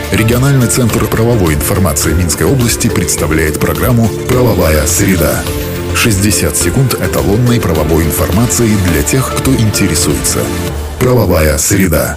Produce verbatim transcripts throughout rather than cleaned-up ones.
Региональный центр правовой информации Минской области представляет программу «Правовая среда». шестьдесят секунд эталонной правовой информации для тех, кто интересуется. «Правовая среда».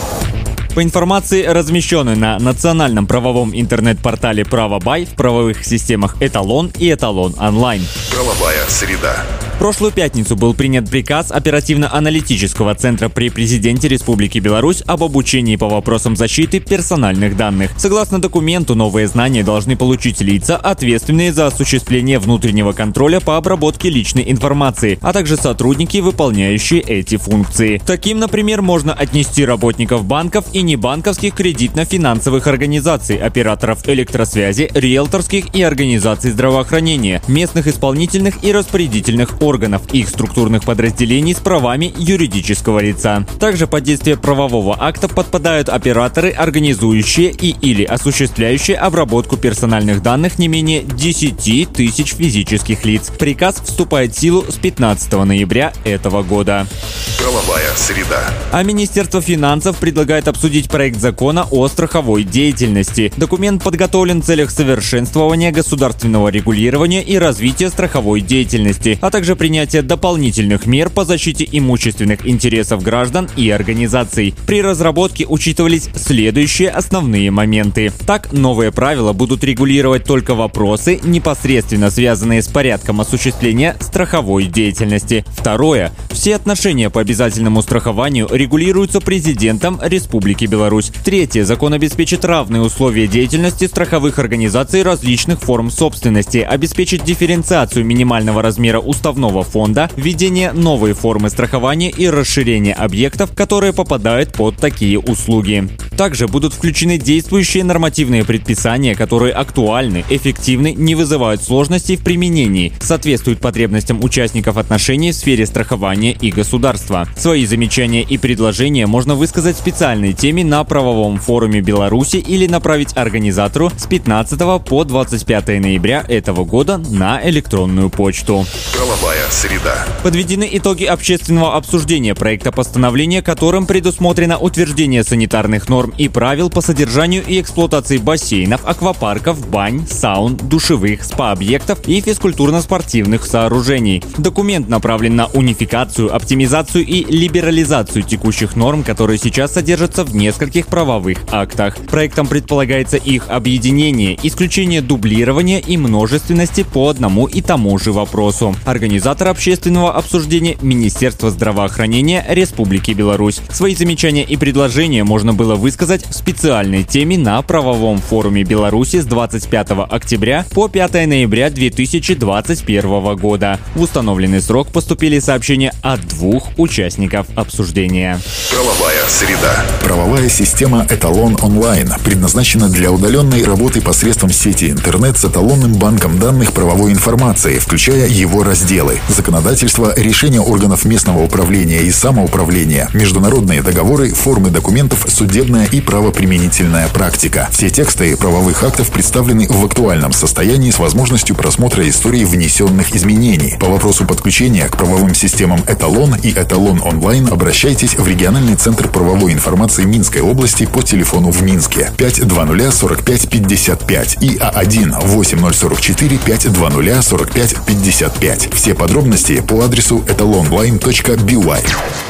По информации, размещенной на национальном правовом интернет-портале «Правобай», в правовых системах «Эталон» и «Эталон онлайн». «Правовая среда». В прошлую пятницу был принят приказ оперативно-аналитического центра при президенте Республики Беларусь об обучении по вопросам защиты персональных данных. Согласно документу, новые знания должны получить лица, ответственные за осуществление внутреннего контроля по обработке личной информации, а также сотрудники, выполняющие эти функции. Таким, например, можно отнести работников банков и небанковских кредитно-финансовых организаций, операторов электросвязи, риэлторских и организаций здравоохранения, местных исполнительных и распорядительных органов. органов их структурных подразделений с правами юридического лица. Также под действие правового акта подпадают операторы, организующие и или осуществляющие обработку персональных данных не менее десяти тысяч физических лиц. Приказ вступает в силу с пятнадцатого ноября этого года. Правовая среда. А Министерство финансов предлагает обсудить проект закона о страховой деятельности. Документ подготовлен в целях совершенствования государственного регулирования и развития страховой деятельности, а также принятие дополнительных мер по защите имущественных интересов граждан и организаций. При разработке учитывались следующие основные моменты. Так, новые правила будут регулировать только вопросы, непосредственно связанные с порядком осуществления страховой деятельности. Второе. Все отношения по обязательному страхованию регулируются президентом Республики Беларусь. Третье. Закон обеспечит равные условия деятельности страховых организаций различных форм собственности, обеспечит дифференциацию минимального размера уставного фонда, введение новой формы страхования и расширение объектов, которые попадают под такие услуги. Также будут включены действующие нормативные предписания, которые актуальны, эффективны, не вызывают сложностей в применении, соответствуют потребностям участников отношений в сфере страхования и государства. Свои замечания и предложения можно высказать в специальной теме на правовом форуме Беларуси или направить организатору с пятнадцатого по двадцать пятое ноября этого года на электронную почту. Правовая среда. Подведены итоги общественного обсуждения проекта постановления, которым предусмотрено утверждение санитарных норм и правил по содержанию и эксплуатации бассейнов, аквапарков, бань, саун, душевых, спа-объектов и физкультурно-спортивных сооружений. Документ направлен на унификацию, оптимизацию и либерализацию текущих норм, которые сейчас содержатся в нескольких правовых актах. Проектом предполагается их объединение, исключение дублирования и множественности по одному и тому же вопросу. Организатор общественного обсуждения – Министерство здравоохранения Республики Беларусь. Свои замечания и предложения можно было высказать в специальной теме на правовом форуме Беларуси с двадцать пятого октября по пятое ноября две тысячи двадцать первого года. В установленный срок поступили сообщения от двух участников обсуждения. Правовая среда. Правовая система «Эталон онлайн» предназначена для удаленной работы посредством сети интернет с эталонным банком данных правовой информации, включая его разделы: законодательство, решения органов местного управления и самоуправления, международные договоры, формы документов, судебная и правоприменительная практика. Все тексты правовых актов представлены в актуальном состоянии с возможностью просмотра истории внесенных изменений. По вопросу подключения к правовым системам «Эталон» и «Эталон онлайн» обращайтесь в региональный центр правовой информации Минской области по телефону в Минске пять двадцать сорок пять пятьдесят пять и А один восемь ноль сорок четыре пять двадцать сорок пять пятьдесят пять. Все подробности по адресу эталонлайн точка би уай.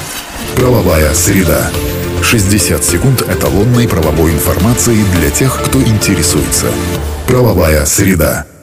Правовая среда. шестьдесят секунд эталонной правовой информации для тех, кто интересуется. Правовая среда.